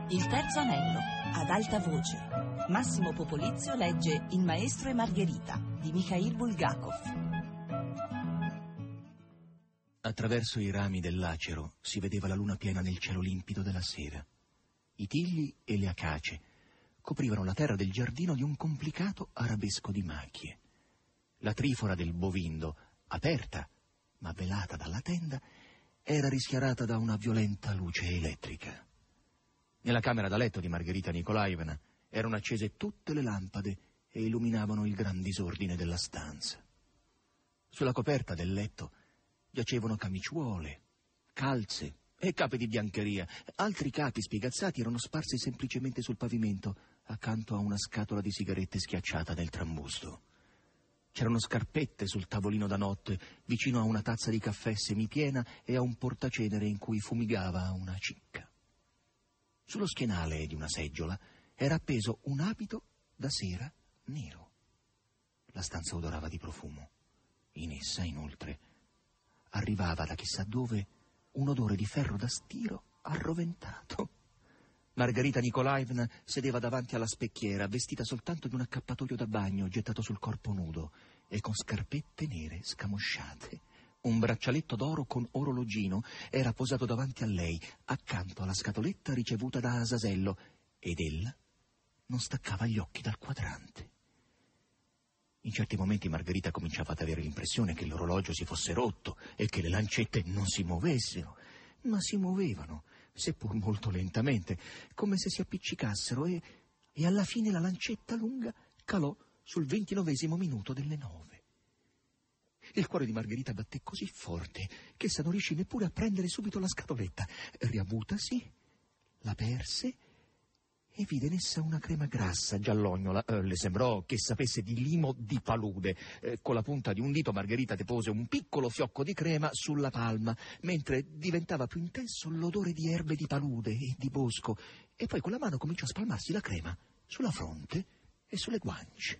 Il terzo anello, ad alta voce. Massimo Popolizio legge Il maestro e Margherita di Mikhail Bulgakov. Attraverso i rami dell'acero si vedeva la luna piena nel cielo limpido della sera. I tigli e le acacie coprivano la terra del giardino di un complicato arabesco di macchie. La trifora del bovindo, aperta ma velata dalla tenda, era rischiarata da una violenta luce elettrica. Nella camera da letto di Margherita Nikolaevna erano accese tutte le lampade e illuminavano il gran disordine della stanza. Sulla coperta del letto giacevano camiciuole, calze e capi di biancheria. Altri capi spigazzati erano sparsi semplicemente sul pavimento, accanto a una scatola di sigarette schiacciata nel trambusto. C'erano scarpette sul tavolino da notte, vicino a una tazza di caffè semipiena e a un portacenere in cui fumigava una cicca. Sullo schienale di una seggiola era appeso un abito da sera nero. La stanza odorava di profumo. In essa, inoltre, arrivava da chissà dove un odore di ferro da stiro arroventato. Margherita Nikolaevna sedeva davanti alla specchiera, vestita soltanto di un accappatoio da bagno gettato sul corpo nudo e con scarpette nere scamosciate. Un braccialetto d'oro con orologino era posato davanti a lei, accanto alla scatoletta ricevuta da Asasello, ed ella non staccava gli occhi dal quadrante. In certi momenti Margherita cominciava ad avere l'impressione che l'orologio si fosse rotto e che le lancette non si muovessero, ma si muovevano, seppur molto lentamente, come se si appiccicassero, e alla fine la lancetta lunga calò sul 29° minuto delle 9. Il cuore di Margherita batté così forte che essa non riuscì neppure a prendere subito la scatoletta. Riavutasi, la perse e vide in essa una crema grassa, giallognola. Le sembrò che sapesse di limo di palude. Con la punta di un dito Margherita depose un piccolo fiocco di crema sulla palma, mentre diventava più intenso l'odore di erbe di palude e di bosco, e poi con la mano cominciò a spalmarsi la crema sulla fronte e sulle guance.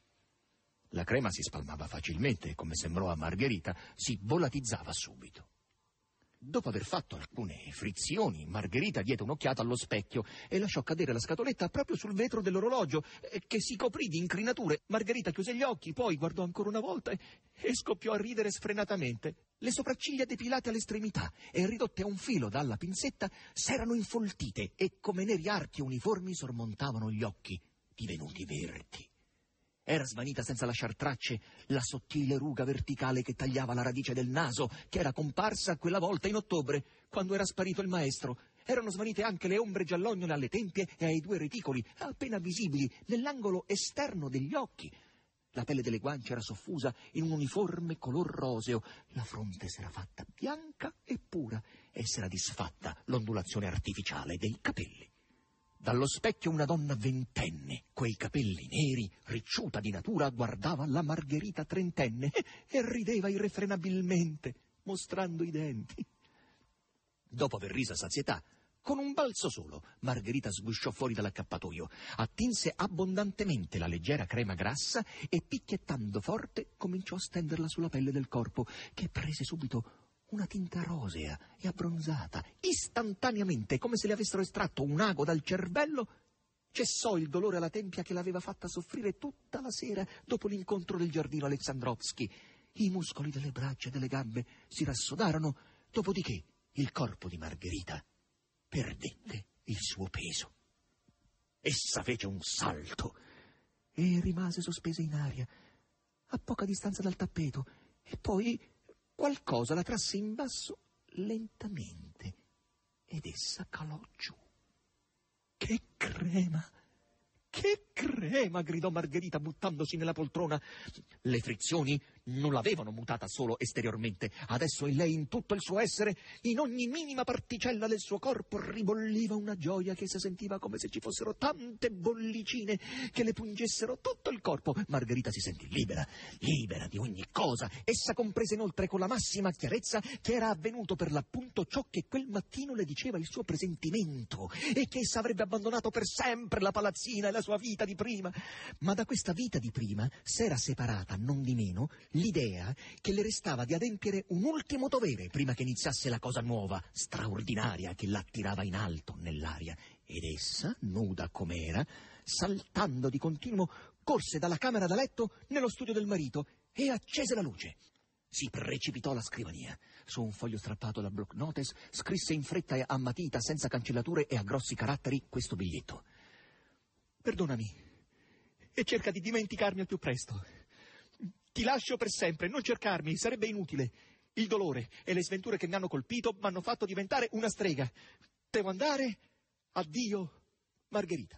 La crema si spalmava facilmente e, come sembrò a Margherita, si volatizzava subito. Dopo aver fatto alcune frizioni, Margherita diede un'occhiata allo specchio e lasciò cadere la scatoletta proprio sul vetro dell'orologio, che si coprì di incrinature. Margherita chiuse gli occhi, poi guardò ancora una volta e scoppiò a ridere sfrenatamente. Le sopracciglia depilate all'estremità e ridotte a un filo dalla pinzetta s'erano infoltite e come neri archi uniformi sormontavano gli occhi divenuti verdi. Era svanita senza lasciar tracce la sottile ruga verticale che tagliava la radice del naso, che era comparsa quella volta in ottobre, quando era sparito il maestro. Erano svanite anche le ombre giallognole alle tempie e ai 2 reticoli, appena visibili, nell'angolo esterno degli occhi. La pelle delle guance era soffusa in un uniforme color roseo, la fronte s'era fatta bianca e pura e s'era disfatta l'ondulazione artificiale dei capelli. Dallo specchio una donna ventenne, quei capelli neri, ricciuta di natura, guardava la Margherita trentenne e rideva irrefrenabilmente, mostrando i denti. Dopo aver riso a sazietà, con un balzo solo, Margherita sgusciò fuori dall'accappatoio, attinse abbondantemente la leggera crema grassa e, picchiettando forte, cominciò a stenderla sulla pelle del corpo, che prese subito una tinta rosea e abbronzata. Istantaneamente, come se le avessero estratto un ago dal cervello, cessò il dolore alla tempia che l'aveva fatta soffrire tutta la sera dopo l'incontro del giardino Alexandrovski. I muscoli delle braccia e delle gambe si rassodarono, dopodiché il corpo di Margherita perdette il suo peso. Essa fece un salto e rimase sospesa in aria, a poca distanza dal tappeto, e poi qualcosa la trasse in basso lentamente ed essa calò giù. Che crema! Che crema! Gridò Margherita buttandosi nella poltrona. Le frizioni non l'avevano mutata solo esteriormente. Adesso in lei, in tutto il suo essere, in ogni minima particella del suo corpo, ribolliva una gioia che si sentiva come se ci fossero tante bollicine che le pungessero tutto il corpo. Margherita si sentì libera, libera di ogni cosa. Essa comprese inoltre con la massima chiarezza che era avvenuto per l'appunto ciò che quel mattino le diceva il suo presentimento, e che essa avrebbe abbandonato per sempre la palazzina e la sua vita di prima. Ma da questa vita di prima s'era separata, non di meno, l'idea che le restava di adempiere un ultimo dovere prima che iniziasse la cosa nuova, straordinaria, che l'attirava in alto nell'aria ed essa, nuda com'era, saltando di continuo, corse dalla camera da letto nello studio del marito e accese la luce. Si precipitò alla scrivania. Su un foglio strappato da block notice scrisse in fretta e a matita, senza cancellature e a grossi caratteri, questo biglietto. Perdonami e cerca di dimenticarmi al più presto. Ti lascio per sempre, non cercarmi, sarebbe inutile. Il dolore e le sventure che mi hanno colpito mi hanno fatto diventare una strega. Devo andare? Addio, Margherita.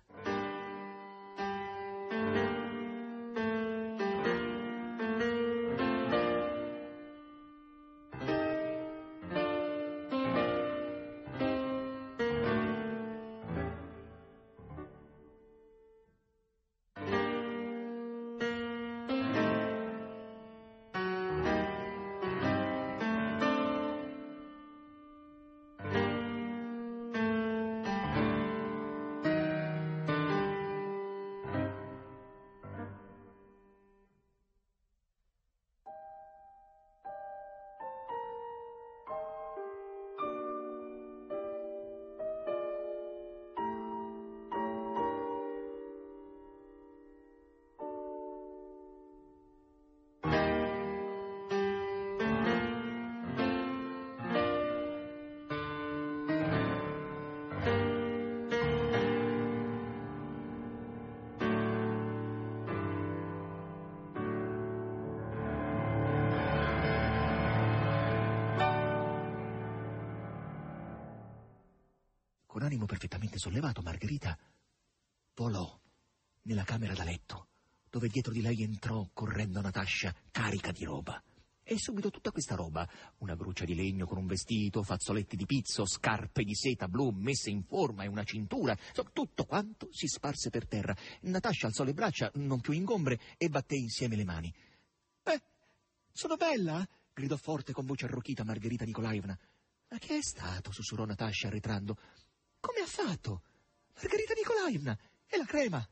Con animo perfettamente sollevato, Margherita volò nella camera da letto, dove dietro di lei entrò correndo Natascia carica di roba. E subito tutta questa roba, una gruccia di legno con un vestito, fazzoletti di pizzo, scarpe di seta blu messe in forma e una cintura, tutto quanto si sparse per terra. Natascia alzò le braccia, non più ingombre, e batté insieme le mani. Sono bella? Gridò forte con voce arrochita Margherita Nikolaevna. Ma che è stato? Sussurrò Natascia arretrando. Come ha fatto? Margherita Nikolaevna, è la crema.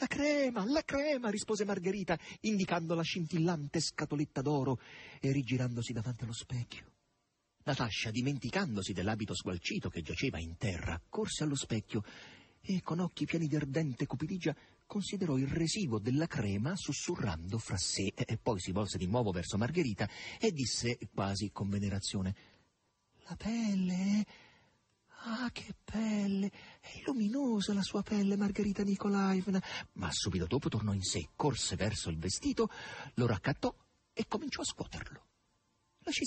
La crema, rispose Margherita, indicando la scintillante scatoletta d'oro e rigirandosi davanti allo specchio. Natascia, dimenticandosi dell'abito sgualcito che giaceva in terra, corse allo specchio e, con occhi pieni di ardente cupidigia, considerò il residuo della crema sussurrando fra sé, e poi si volse di nuovo verso Margherita e disse quasi con venerazione: la pelle... Ah, che pelle! È luminosa la sua pelle, Margherita Nikolaevna. Ma subito dopo tornò in sé, corse verso il vestito, lo raccattò e cominciò a scuoterlo. Lasci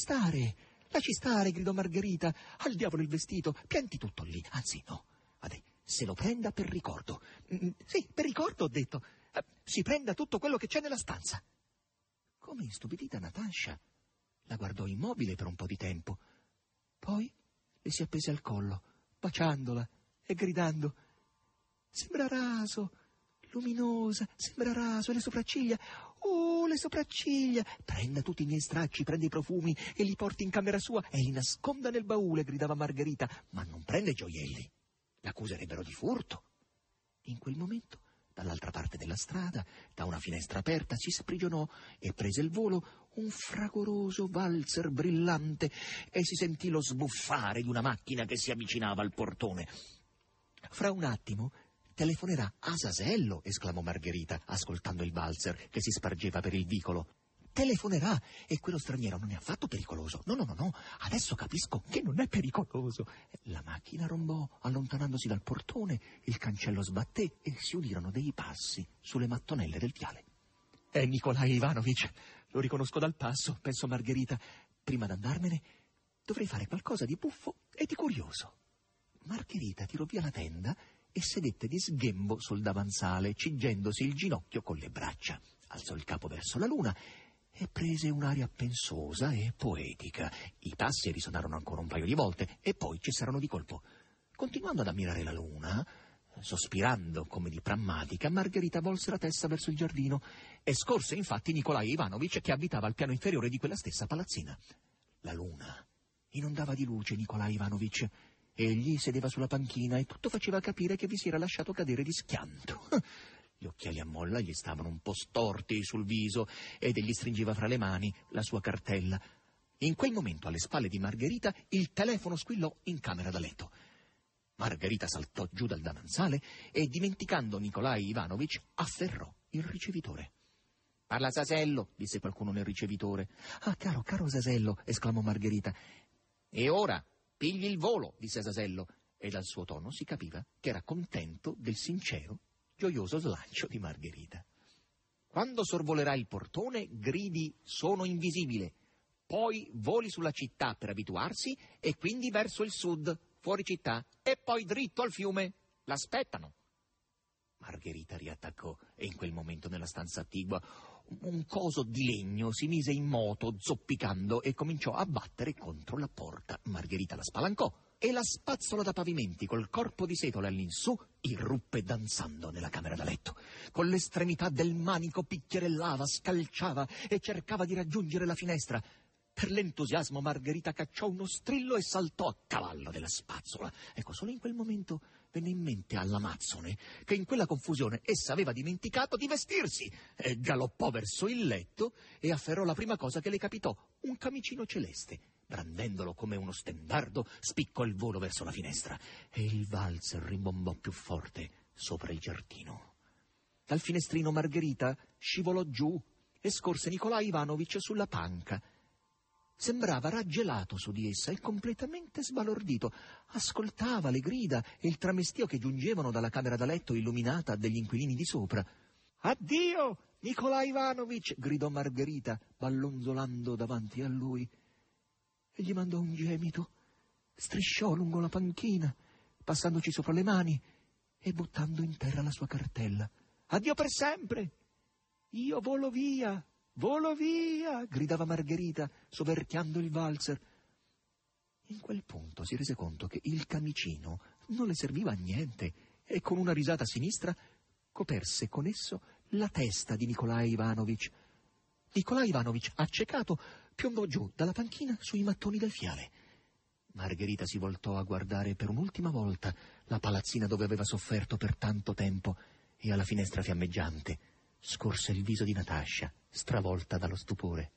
stare, gridò Margherita. Al diavolo il vestito, pianti tutto lì. Anzi, no, se lo prenda per ricordo. Sì, per ricordo ho detto. Si prenda tutto quello che c'è nella stanza. Come istupidita, Natascia la guardò immobile per un po' di tempo. Poi le si appese al collo, baciandola e gridando: sembra raso, luminosa, sembra raso, e le sopracciglia, oh, le sopracciglia, prenda tutti i miei stracci, prenda i profumi e li porti in camera sua e li nasconda nel baule, gridava Margherita, ma non prende i gioielli, l'accuserebbero di furto. In quel momento, dall'altra parte della strada, da una finestra aperta, si sprigionò e prese il volo un fragoroso valzer brillante e si sentì lo sbuffare di una macchina che si avvicinava al portone. Fra un attimo telefonerà Asasello, esclamò Margherita, ascoltando il valzer che si spargeva per il vicolo. Telefonerà, e quello straniero non è affatto pericoloso. No, adesso capisco che non è pericoloso. La macchina rombò, allontanandosi dal portone, il cancello sbatté e si udirono dei passi sulle mattonelle del viale. È Nikolai Ivanovic, lo riconosco dal passo, pensò Margherita. Prima d'andarmene dovrei fare qualcosa di buffo e di curioso. Margherita tirò via la tenda e sedette di sghembo sul davanzale, ciggendosi il ginocchio con le braccia. Alzò il capo verso la luna e prese un'aria pensosa e poetica. I passi risuonarono ancora un paio di volte e poi cessarono di colpo. Continuando ad ammirare la luna, sospirando come di prammatica, Margherita volse la testa verso il giardino e scorse infatti Nikolai Ivanovic, che abitava al piano inferiore di quella stessa palazzina. La luna inondava di luce Nikolai Ivanovic. Egli sedeva sulla panchina e tutto faceva capire che vi si era lasciato cadere di schianto. Gli occhiali a molla gli stavano un po' storti sul viso ed egli stringeva fra le mani la sua cartella. In quel momento, alle spalle di Margherita, il telefono squillò in camera da letto. Margherita saltò giù dal davanzale e, dimenticando Nikolai Ivanovic, afferrò il ricevitore. «Parla Sasello», disse qualcuno nel ricevitore. «Ah, caro Sasello», esclamò Margherita. «E ora pigli il volo», disse Sasello, e dal suo tono si capiva che era contento del sincero, gioioso slancio di Margherita. «Quando sorvolerà il portone, gridi «sono invisibile», poi voli sulla città per abituarsi e quindi verso il sud, fuori città, e poi dritto al fiume. L'aspettano». Margherita riattaccò e in quel momento nella stanza attigua un coso di legno si mise in moto zoppicando e cominciò a battere contro la porta. Margherita la spalancò e la spazzola da pavimenti col corpo di setole all'insù irruppe danzando nella camera da letto. Con l'estremità del manico picchierellava, scalciava e cercava di raggiungere la finestra. Per l'entusiasmo Margherita cacciò uno strillo e saltò a cavallo della spazzola. Ecco, solo in quel momento venne in mente all'Amazzone che in quella confusione essa aveva dimenticato di vestirsi. Galoppò verso il letto e afferrò la prima cosa che le capitò, un camicino celeste. Brandendolo come uno stendardo, spiccò il volo verso la finestra e il valzer rimbombò più forte sopra il giardino. Dal finestrino Margherita scivolò giù e scorse Nikolai Ivanovic sulla panca. Sembrava raggelato su di essa e completamente sbalordito. Ascoltava le grida e il tramestio che giungevano dalla camera da letto illuminata degli inquilini di sopra. «Addio, Nikolai Ivanovic!» gridò Margherita, ballonzolando davanti a lui. E gli mandò un gemito. Strisciò lungo la panchina, passandoci sopra le mani e buttando in terra la sua cartella. «Addio per sempre! Io volo via! Volo via!» gridava Margherita, soverchiando il valzer. In quel punto si rese conto che il camicino non le serviva a niente e con una risata sinistra coperse con esso la testa di Nikolai Ivanovic. Nikolai Ivanovic, accecato, piombò giù dalla panchina sui mattoni del fiale. Margherita si voltò a guardare per un'ultima volta la palazzina dove aveva sofferto per tanto tempo e alla finestra fiammeggiante scorse il viso di Natascia, stravolta dallo stupore.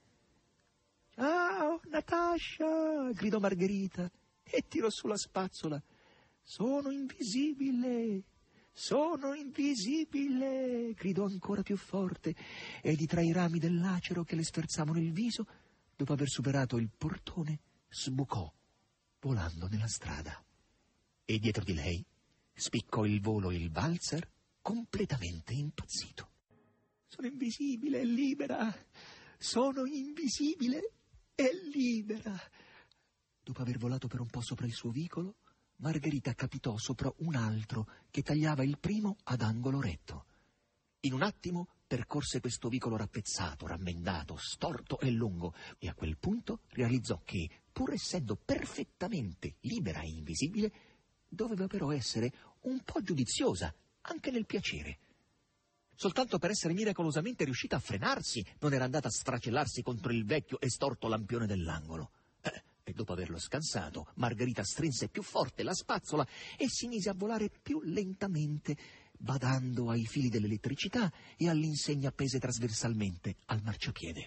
«Ciao, Natascia!» gridò Margherita e tirò su la spazzola. «Sono invisibile! Sono invisibile!» gridò ancora più forte e di tra i rami dell'acero che le sferzavano il viso, dopo aver superato il portone, sbucò, volando nella strada. E dietro di lei spiccò il volo il valzer, completamente impazzito. «Sono invisibile e libera! Sono invisibile e libera!» Dopo aver volato per un po' sopra il suo vicolo, Margherita capitò sopra un altro che tagliava il primo ad angolo retto. In un attimo percorse questo vicolo rappezzato, rammendato, storto e lungo, e a quel punto realizzò che, pur essendo perfettamente libera e invisibile, doveva però essere un po' giudiziosa anche nel piacere. Soltanto per essere miracolosamente riuscita a frenarsi, non era andata a sfracellarsi contro il vecchio e storto lampione dell'angolo. E dopo averlo scansato, Margherita strinse più forte la spazzola e si mise a volare più lentamente, badando ai fili dell'elettricità e all'insegna appese trasversalmente al marciapiede.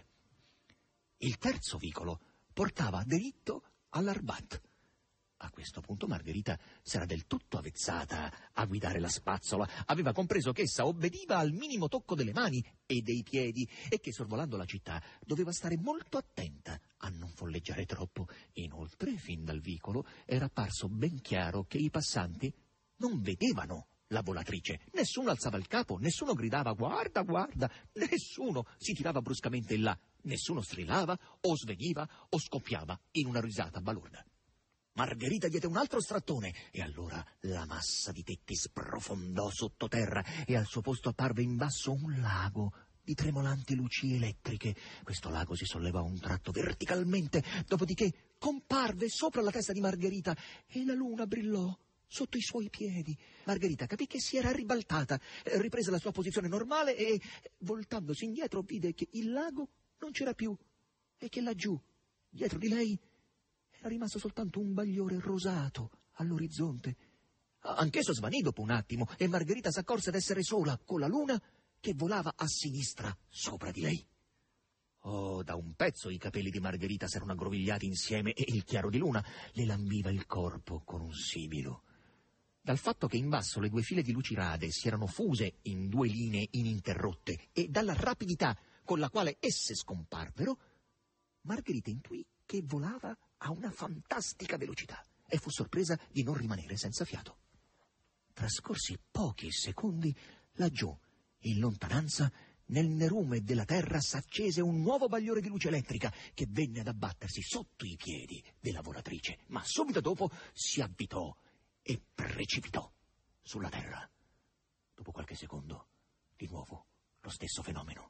Il terzo vicolo portava diritto all'Arbat. A questo punto Margherita s'era del tutto avvezzata a guidare la spazzola, aveva compreso che essa obbediva al minimo tocco delle mani e dei piedi e che, sorvolando la città, doveva stare molto attenta a non folleggiare troppo. Inoltre, fin dal vicolo, era apparso ben chiaro che i passanti non vedevano la volatrice. Nessuno alzava il capo, nessuno gridava «guarda, guarda», nessuno si tirava bruscamente in là, nessuno strillava o sveniva o scoppiava in una risata balorda. Margherita diede un altro strattone e allora la massa di tetti sprofondò sottoterra e al suo posto apparve in basso un lago di tremolanti luci elettriche. Questo lago si sollevò un tratto verticalmente, dopodiché comparve sopra la testa di Margherita e la luna brillò sotto i suoi piedi. Margherita capì che si era ribaltata, riprese la sua posizione normale e, voltandosi indietro, vide che il lago non c'era più e che laggiù, dietro di lei, era rimasto soltanto un bagliore rosato all'orizzonte. Anch'esso svanì dopo un attimo e Margherita s'accorse d'essere sola con la luna che volava a sinistra sopra di lei. Oh, da un pezzo i capelli di Margherita s'erano aggrovigliati insieme e il chiaro di luna le lambiva il corpo con un sibilo. dal fatto che in basso le 2 file di luci rade si erano fuse in 2 linee ininterrotte e dalla rapidità con la quale esse scomparvero, Margherita intuì che volava a una fantastica velocità e fu sorpresa di non rimanere senza fiato. Trascorsi pochi secondi, laggiù, in lontananza, nel nerume della terra s'accese un nuovo bagliore di luce elettrica che venne ad abbattersi sotto i piedi della volatrice, ma subito dopo si avvitò e precipitò sulla terra. Dopo qualche secondo, di nuovo, lo stesso fenomeno.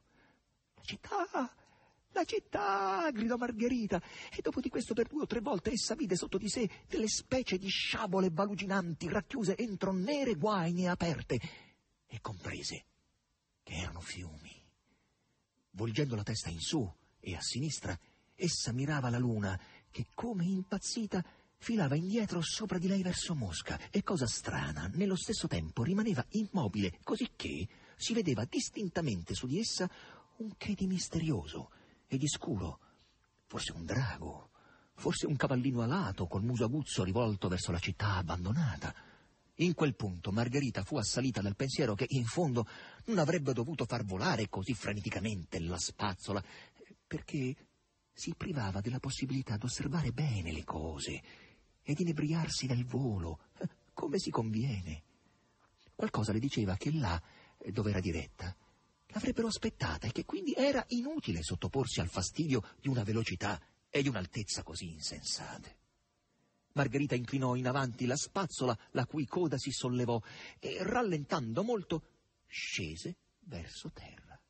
La città! Gridò Margherita, e dopo di questo per 2 o 3 volte essa vide sotto di sé delle specie di sciabole baluginanti racchiuse entro nere guaine aperte e comprese che erano fiumi. Volgendo la testa in su e a sinistra, essa mirava la luna che, come impazzita, filava indietro sopra di lei verso Mosca e, cosa strana, nello stesso tempo rimaneva immobile, cosicché si vedeva distintamente su di essa un che di misterioso e di scuro, forse un drago, forse un cavallino alato col muso aguzzo rivolto verso la città abbandonata. In quel punto Margherita fu assalita dal pensiero che in fondo non avrebbe dovuto far volare così freneticamente la spazzola, perché si privava della possibilità d'osservare bene le cose e di inebriarsi nel volo, come si conviene. Qualcosa le diceva che là, dove era diretta, l'avrebbero aspettata e che quindi era inutile sottoporsi al fastidio di una velocità e di un'altezza così insensate. Margherita inclinò in avanti la spazzola, la cui coda si sollevò, e rallentando molto scese verso terra.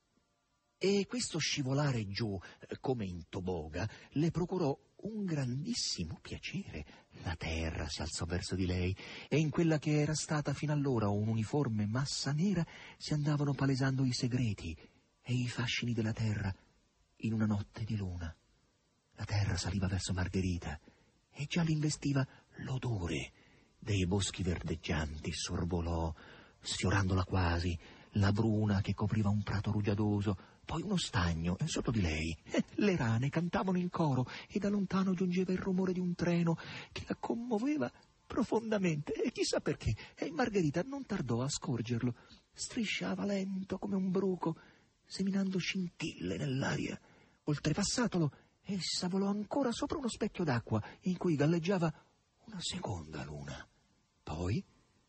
E questo scivolare giù, come in toboga, le procurò un grandissimo piacere. La terra si alzò verso di lei, e in quella che era stata fino allora un'uniforme massa nera si andavano palesando i segreti e i fascini della terra in una notte di luna. La terra saliva verso Margherita e già l'investiva l'odore dei boschi verdeggianti. Sorvolò, sfiorandola quasi, la bruna che copriva un prato rugiadoso, poi uno stagno sotto di lei. Le rane cantavano in coro e da lontano giungeva il rumore di un treno che la commoveva profondamente, e chissà perché, e Margherita non tardò a scorgerlo. Strisciava lento come un bruco, seminando scintille nell'aria. Oltrepassatolo, essa volò ancora sopra uno specchio d'acqua in cui galleggiava una seconda luna. Poi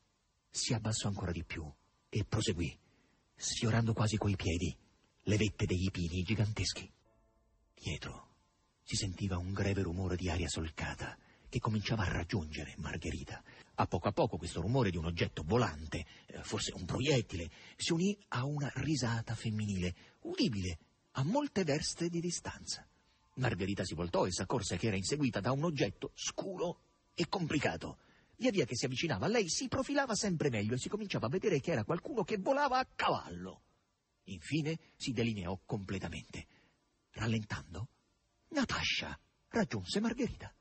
si abbassò ancora di più e proseguì, sfiorando quasi coi piedi le vette degli pini giganteschi. Dietro si sentiva un greve rumore di aria solcata che cominciava a raggiungere Margherita. A poco questo rumore di un oggetto volante, forse un proiettile, si unì a una risata femminile, udibile a molte verste di distanza. Margherita si voltò e s'accorse che era inseguita da un oggetto scuro e complicato. Via via che si avvicinava, lei si profilava sempre meglio e si cominciava a vedere che era qualcuno che volava a cavallo. Infine si delineò completamente. Rallentando, Natascia raggiunse Margherita.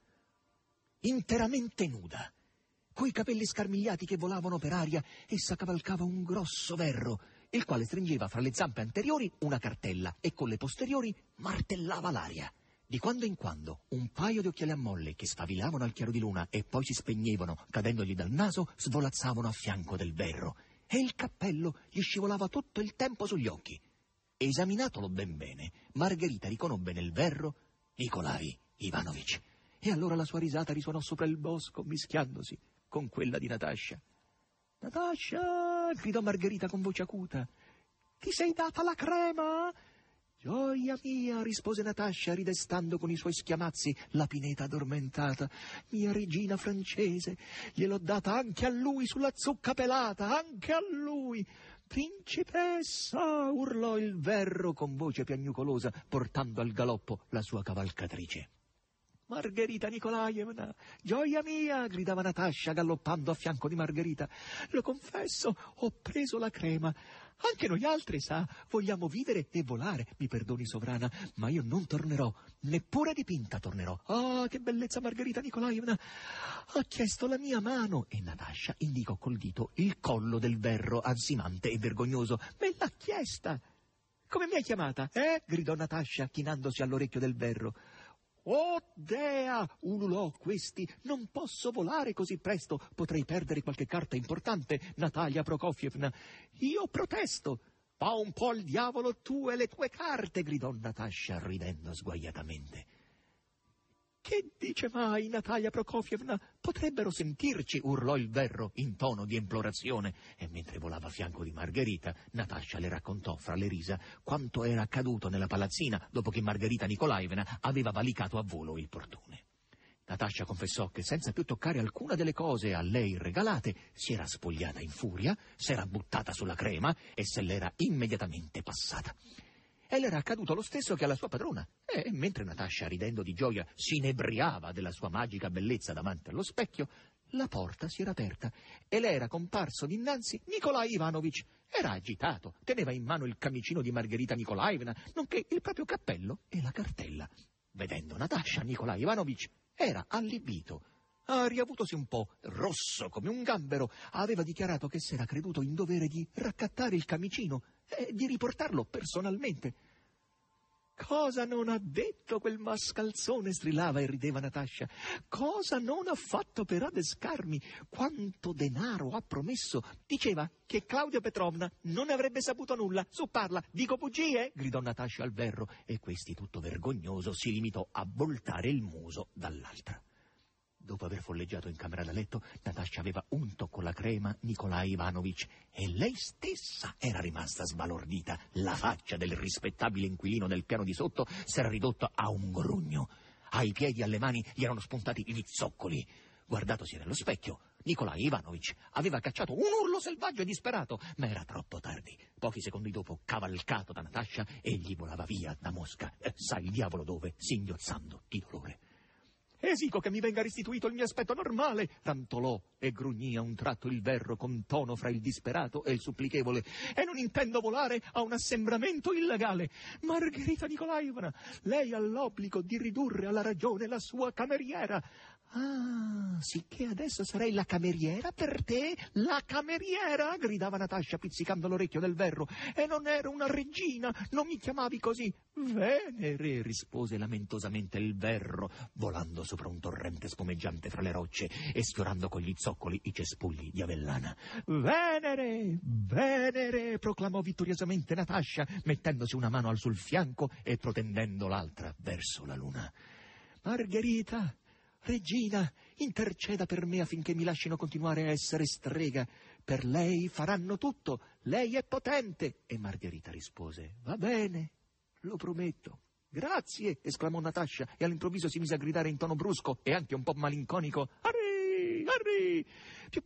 Interamente nuda, coi capelli scarmigliati che volavano per aria, essa cavalcava un grosso verro, il quale stringeva fra le zampe anteriori una cartella e con le posteriori martellava l'aria. Di quando in quando un paio di occhiali a molle che sfavilavano al chiaro di luna e poi si spegnevano cadendogli dal naso svolazzavano a fianco del verro, e il cappello gli scivolava tutto il tempo sugli occhi. Esaminatolo ben bene, Margherita riconobbe nel verro Nikolaj Ivanovič, e allora la sua risata risuonò sopra il bosco, mischiandosi con quella di Natascia. «Natascia!» gridò Margherita con voce acuta. «Ti sei data la crema?» «Gioia mia!» rispose Natascia, ridestando con i suoi schiamazzi la pineta addormentata. «Mia regina francese, gliel'ho data anche a lui sulla zucca pelata, anche a lui!» «Principessa!» urlò il verro con voce piagnucolosa, portando al galoppo la sua cavalcatrice. «Margherita Nikolajevna, gioia mia!» gridava Natascia, galoppando a fianco di Margherita. «Lo confesso, ho preso la crema. Anche noi altri, sa, vogliamo vivere e volare. Mi perdoni, sovrana, ma io non tornerò, neppure dipinta tornerò. Ah, che bellezza, Margherita Nikolajevna! Ha chiesto la mia mano!» E Natascia indicò col dito il collo del verro, ansimante e vergognoso. «Me l'ha chiesta!» «Come mi hai chiamata, eh?» gridò Natascia, chinandosi all'orecchio del verro. «Oh, dea!» ululò questi. «Non posso volare così presto, potrei perdere qualche carta importante, Natalia Prokofievna. Io protesto!» «Va un po' al diavolo tu e le tue carte!» gridò Natascia, ridendo sguaiatamente. «Che dice mai, Natalia Prokofievna? Potrebbero sentirci!» urlò il Verro in tono di implorazione, e mentre volava a fianco di Margherita, Natascia le raccontò fra le risa quanto era accaduto nella palazzina dopo che Margherita Nikolaevna aveva valicato a volo il portone. Natascia confessò che senza più toccare alcuna delle cose a lei regalate si era spogliata in furia, s'era buttata sulla crema e se l'era immediatamente passata. E le era accaduto lo stesso che alla sua padrona. E mentre Natascia, ridendo di gioia, si inebriava della sua magica bellezza davanti allo specchio, la porta si era aperta e le era comparso dinanzi Nikolai Ivanovic. Era agitato, teneva in mano il camicino di Margherita Nikolaevna, nonché il proprio cappello e la cartella. Vedendo Natascia, Nikolai Ivanovic era allibito. Riavutosi un po', rosso come un gambero, aveva dichiarato che s'era creduto in dovere di raccattare il camicino e di riportarlo personalmente. «Cosa non ha detto quel mascalzone?» strillava e rideva Natascia. «Cosa non ha fatto per adescarmi? Quanto denaro ha promesso? Diceva che Claudia Petrovna non ne avrebbe saputo nulla. Su, parla, dico bugie?» gridò Natascia al Verro, e questi, tutto vergognoso, si limitò a voltare il muso dall'altra. Dopo aver folleggiato in camera da letto, Natascia aveva unto con la crema Nikolai Ivanovic e lei stessa era rimasta sbalordita. La faccia del rispettabile inquilino del piano di sotto s'era ridotta a un grugno. Ai piedi e alle mani gli erano spuntati gli zoccoli. Guardatosi nello specchio, Nikolai Ivanovic aveva cacciato un urlo selvaggio e disperato, ma era troppo tardi. Pochi secondi dopo, cavalcato da Natascia, egli volava via da Mosca, sa il diavolo dove, singhiozzando di dolore. «Esigo che mi venga restituito il mio aspetto normale!» rantolò e grugnì a un tratto il Verro con tono fra il disperato e il supplichevole. «E non intendo volare a un assembramento illegale! Margherita Nikolaevna, lei ha l'obbligo di ridurre alla ragione la sua cameriera!» «Ah, sicché adesso sarei la cameriera per te? La cameriera?» gridava Natascia pizzicando l'orecchio del Verro. «E non ero una regina, non mi chiamavi così!» «Venere!» rispose lamentosamente il Verro, volando sopra un torrente spumeggiante fra le rocce e sfiorando con gli zoccoli i cespugli di avellana. «Venere! Venere!» proclamò vittoriosamente Natascia, mettendosi una mano sul fianco e protendendo l'altra verso la luna. «Margherita! Regina, interceda per me affinché mi lasciino continuare a essere strega. Per lei faranno tutto, lei è potente!» E Margherita rispose: «Va bene, lo prometto». «Grazie!» esclamò Natascia e all'improvviso si mise a gridare in tono brusco e anche un po' malinconico: «Arri! Arri! Più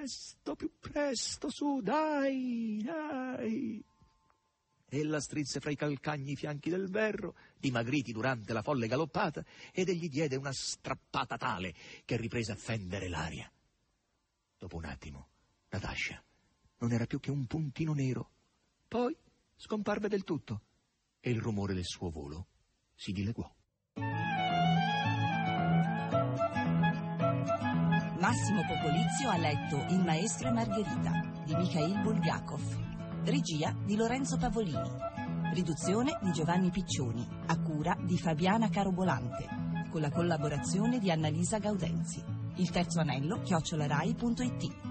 presto, su, dai, dai!» Ella strinse fra i calcagni i fianchi del Verro, dimagriti durante la folle galoppata, ed egli diede una strappata tale che riprese a fendere l'aria. Dopo un attimo, Natascia non era più che un puntino nero. Poi scomparve del tutto e il rumore del suo volo si dileguò. Massimo Popolizio ha letto Il maestro e Margherita di Mikhail Bulgakov. Regia di Lorenzo Pavolini. Riduzione di Giovanni Piccioni, a cura di Fabiana Carobolante, con la collaborazione di Annalisa Gaudenzi. Il terzo anello @rai.it.